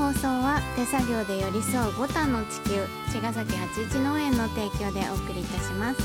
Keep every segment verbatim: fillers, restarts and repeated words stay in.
放送は手作業で寄り添うボタンの地球茅ヶ崎八一農園の提供でお送りいたします。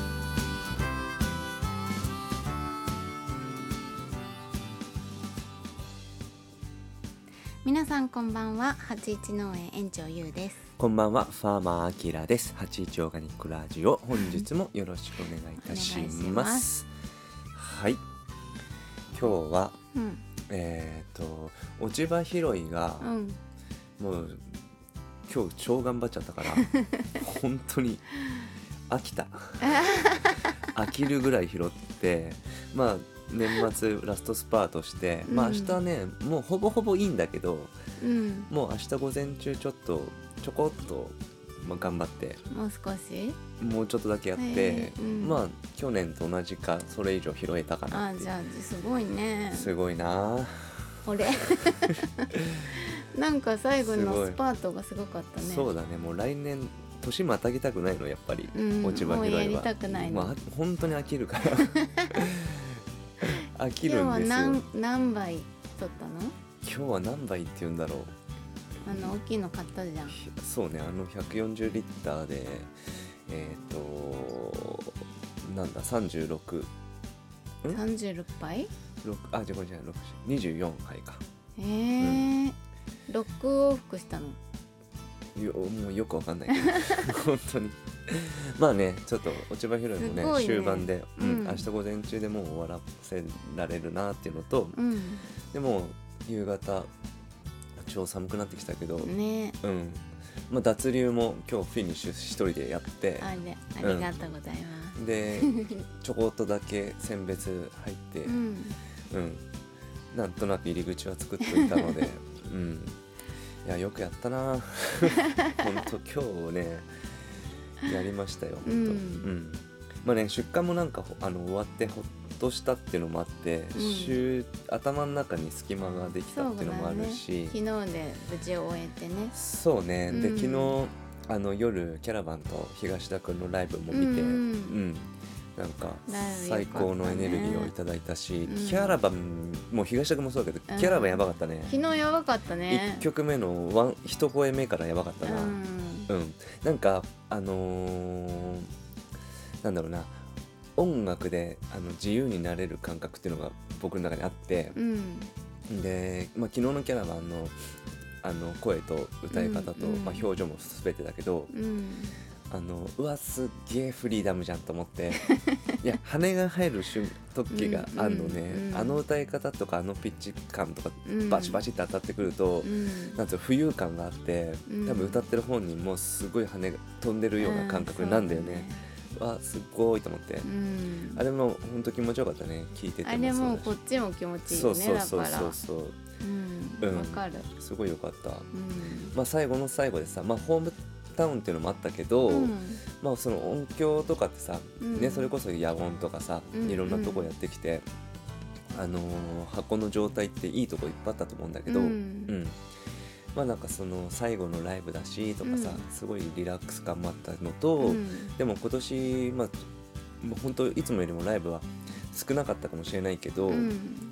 皆さんこんばんは。八一農園園長ゆうです。 こんばんは、ファーマーアキラです。八一オーガニックラジオ、本日もよろしくお願いいたします。 お願いします。 はい、今日は、 うん、 えっ、ー、と落ち葉拾いが、 うん、 もう今日超頑張っちゃったから本当に飽きた飽きるぐらい拾って、まあ年末ラストスパートして、まあ明日ね、もうほぼほぼいいんだけど、 うん、 もう明日午前中ちょっとちょこっと、まあ、頑張ってもう少しもうちょっとだけやって、 えーうん、 まあ去年と同じかそれ以上拾えたかなって。 あ、じゃあすごいね。 すごいな俺なんか最後のスパートがすごかったね。 そうだね、もう来年年またぎたくないのやっぱり、 うん、 落ち葉拾いはもうやりたくないの、 まあ、本当に飽きるから飽きるんですよ。 今日は 何, 何杯取ったの？ 今日は何杯って言うんだろう。 あの大きいの買ったじゃん。 そうね、あのひゃくよんじゅうリッターでえっ、ー、となんださんじゅうろくんさんじゅうろく杯？ あ、じゃあこれじゃないにじゅうよんはいか。 へえ、うん、ろく往復したの？ よもうよくわかんないけど本当にまあね、ちょっと落ち葉拾いも ね, ね終盤で、うんうん、明日午前中でもう終わらせられるなっていうのと、うん、でも夕方超寒くなってきたけど、ね、うん、まあ、脱流も今日フィニッシュ一人でやって、 あれありがとうございます、 うん、でちょこっとだけ選別入って、うん、うん、なんとなく入り口は作っておいたので、うん、いやよくやったな本当今日ねやりましたよ本当、うんうん、まあね、出荷もなんかあの終わってほっとしたっていうのもあって、うん、週頭の中に隙間ができたっていうのもあるし、 ね、昨日で無事終えてね。 そうね、うん、で昨日あの夜キャラバンと東田くんのライブも見て、うん、うん、なんか最高のエネルギーをいただいたし、ね、キャラバンも東田くんもそうだけど、うん、キャラバンやばかったね。 昨日やばかったね。 いっきょくめのワン一声目からやばかったな、うん、うん、なんかあのー、なんだろうな、音楽であの自由になれる感覚っていうのが僕の中にあって、うん、で、まあ、昨日のキャラバンのあの声と歌い方と、うん、まあ、表情も全てだけど、うん、あのうわすっげえフリーダムじゃんと思っていや羽が入る瞬時があるのね、うんうん、あの歌い方とかあのピッチ感とか、うん、バチバチって当たってくると、うん、なんていう浮遊感があって、うん、多分歌ってる本人もすごい羽が飛んでるような感覚なんだよね、うん、わすっごいと思って、うん、あれも本当気持ちよかったね、聞いててもそうだし。あれもこっちも気持ちいいよね。 そうそうそうそう、 うん、わかる、 すごいよかった、うん、まあ最後の最後でさ、まあホームタウンっていうのもあったけど、うん、まあその音響とかってさ、うん、ね、それこそ野音とかさ、うん、いろんなとこやってきて、あのー、箱の状態っていいとこいっぱいあったと思うんだけど、うん、うん、まあなんかその最後のライブだしとかさ、うん、すごいリラックス感もあったのと、うん、でも今年まあもう本当いつもよりもライブは少なかったかもしれないけど、うん、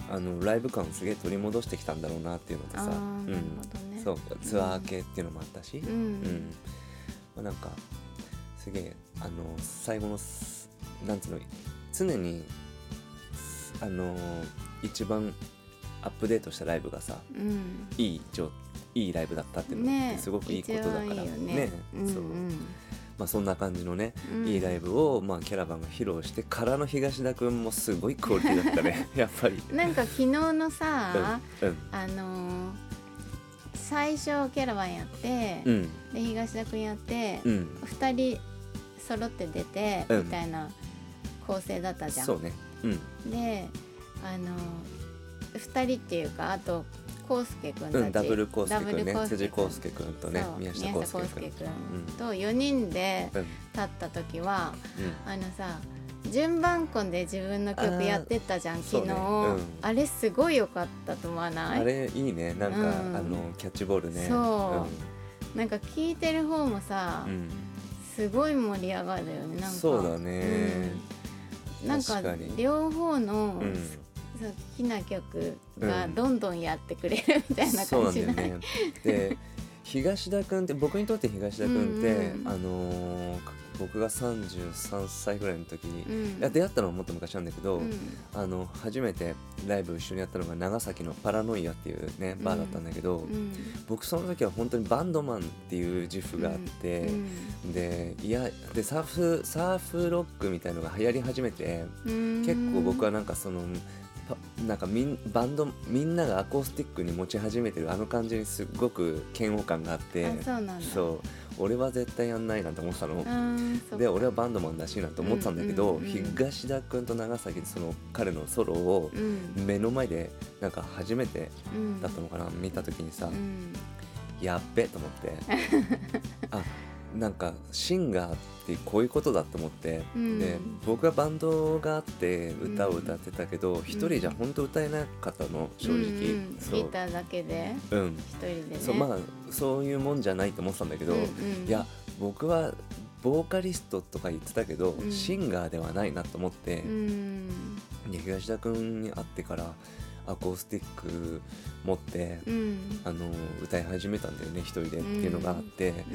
あのライブ感すげえ取り戻してきたんだろうなっていうのでさ、うん、ね、そうツアー系っていうのもあったし、うんうん、まあ、なんかすげえあの最後のなんつうの、常にあの一番アップデートしたライブがさ、うん、いい状いいライブだったっていうのってすごくいいことだから、ね、ね、うんうん、そう、まあ、そんな感じのね、うん、いいライブを、まあ、キャラバンが披露してからの東田くんもすごいクオリティだったねやっぱりなんか昨日のさ、うんうん、あのー、最初キャラバンやって、うん、で東田くんやって、うん、ふたり揃って出て、うん、みたいな構成だったじゃん。 そうね、うん、 であのー、ふたりっていうかあとコウスケくんたち、 うん、ダブルコウスケくんね、辻コウスケくんとね、宮下コウスケくんとよにんで立った時は、うん、あのさ順番こんで自分の曲やってたじゃん昨日、ね、うん、あれすごい良かったと思わない？ あれいいね、なんか、うん、あのキャッチボールね、 そう、うん、なんか聴いてる方もさ、うん、すごい盛り上がるよね。なんかそうだね、 うん、なんか両方の、うん、 そう好きな曲がどんどんやってくれるみたいな感じ、 うん、そうなんだよね。で東田君って、僕にとって東田君って、うんうん、あのー、僕がさんじゅうさんさいぐらいの時に、うん、いや出会ったのはもっと昔なんだけど、うん、あの初めてライブ一緒にやったのが長崎のパラノイアっていうねバーだったんだけど、うん、僕その時は本当にバンドマンっていう自負があって、うん、でいやでサーフサーフロックみたいのが流行り始めて、うん、結構僕はなんかそのなんかみんバンドみんながアコースティックに持ち始めてるあの感じにすごく嫌悪感があって、 あ、そうなんだ。 そう俺は絶対やんないなんて思ってたので、俺はバンドマンだしなんて思ってたんだけど、うんうんうん、東田くんと長崎でその彼のソロを目の前でなんか初めてだったのかな、うん、見た時にさ、うん、やっべと思ってあなんかシンガーってこういうことだと思って、うん、で僕はバンドがあって歌を歌ってたけど一、うん、人じゃ本当歌えなかったの正直、うんうん、 そうギターだけで一、うん、人でね、 そうまあそういうもんじゃないと思ってたんだけど、うんうん、いや僕はボーカリストとか言ってたけど、うん、シンガーではないなと思って、うん、で東田くんに会ってからアコースティック持って、うん、あの歌い始めたんだよね一人でっていうのがあって、うん、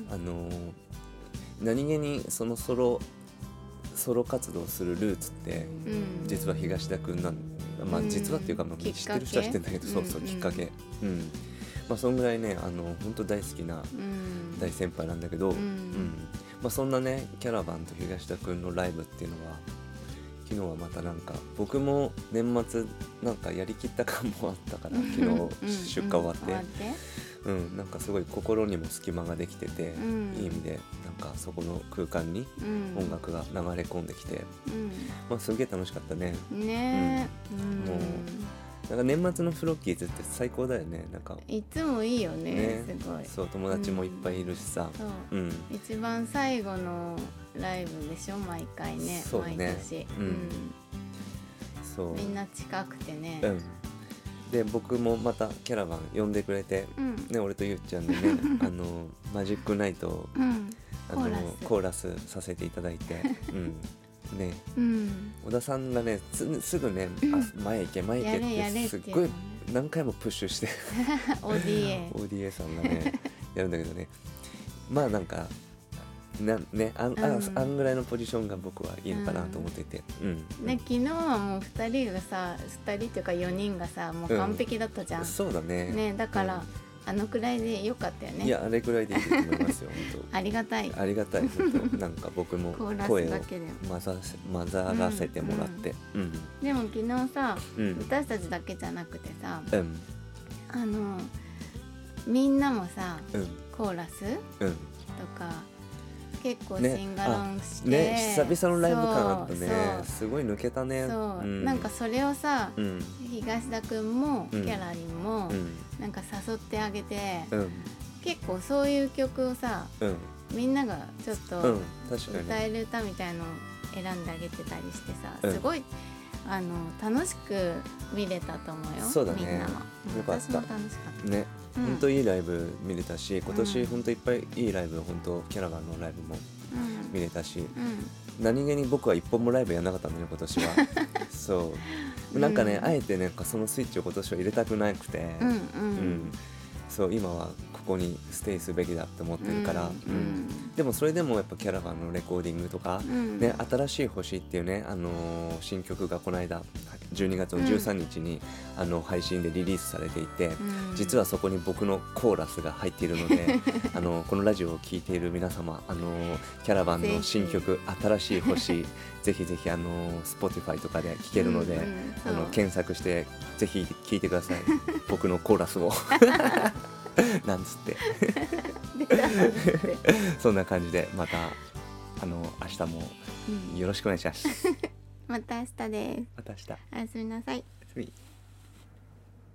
あの何気にそのソロソロ活動するルーツって、うん、実は東田くんなんだ、まあ、実はっていうか、まあ、知ってる人は知ってるんだけど、そうそうきっかけ、うんうん、まあそんぐらいねあの本当大好きな大先輩なんだけど、うんうんまあ、そんなねキャラバンと東田くんのライブっていうのは昨日はまたなんか僕も年末なんかやりきった感もあったから昨日出荷終わって、うんうん、なんかすごい心にも隙間ができてて、うん、いい意味でなんかそこの空間に音楽が流れ込んできて、うんまあ、すげえ楽しかったね。 ねえ、うん、 もうなんか年末のフロッキーズって最高だよね。なんかいつもいいよ ね, ねすごいそう友達もいっぱいいるしさ、 うんうん、一番最後のライブでしょ毎回 ね, そうね毎年、うんうん、 そうみんな近くてね、 うん、で僕もまたキャラバン呼んでくれて、うんね、俺とゆっちゃんでねあのマジックナイトを、うん、あのコーラスさせていただいて、うんねうん、小田さんがね す, すぐね、うん、あ前行け前行けってすっごい何回もプッシュしてオーディーエーオーディーエー さんがねやるんだけどねまあなんかなね、あん、うん、あんぐらいのポジションが僕はいいのかなと思っていて、うんうん、 ね、昨日はもうふたりがさふたりっていうかよにんがさもう完璧だったじゃん、 うん、そうだね、 ねだから、うん、あのくらいでよかったよね。 いやあれくらいでいいと思いますよ本当ありがたいありがたい本当なんか僕も声を混ざせ混ざらせてもらって、うんうん、 でも昨日さ、うん、私たちだけじゃなくてさ、うん、あのみんなもさ、うん、コーラス、うん、とか結構シンガロンして、ねね、久々のライブ感あったね。すごい抜けたね。 そう、うん、なんかそれをさ、うん、東田くんもキャラリンも、うん、なんか誘ってあげて、うん、結構そういう曲をさ、うん、みんながちょっと歌える歌みたいのを選んであげてたりしてさ、すごいあの楽しく見れたと思うよ。 そうだね。 みんなも。 よかった。 私も楽しかった。 ね。本当いいライブ見れたし、今年本当いっぱいいいライブ、本当キャラバンのライブも見れたし、うん、何気に僕は一本もライブやらなかったんだよ今年はそうなんかね、うん、あえてなんかそのスイッチを今年は入れたくなくて、うんうんうん、そう今はここにステイすべきだって思ってるから、うんうん、でもそれでもやっぱキャラバンのレコーディングとか、うんね、新しい星っていうね、あのー、新曲がこの間じゅうにがつのじゅうさんにちに、うん、あの配信でリリースされていて、うん、実はそこに僕のコーラスが入っているのであのこのラジオを聴いている皆様、あのキャラバンの新曲新しい星ぜひぜひあの Spotify とかで聴けるので、うんうん、あの検索してぜひ聴いてください僕のコーラスをなんつってそんな感じでまたあの明日もよろしくお願いします、うん、 また明日です。 また明日。 おやすみなさい。 おやすみ。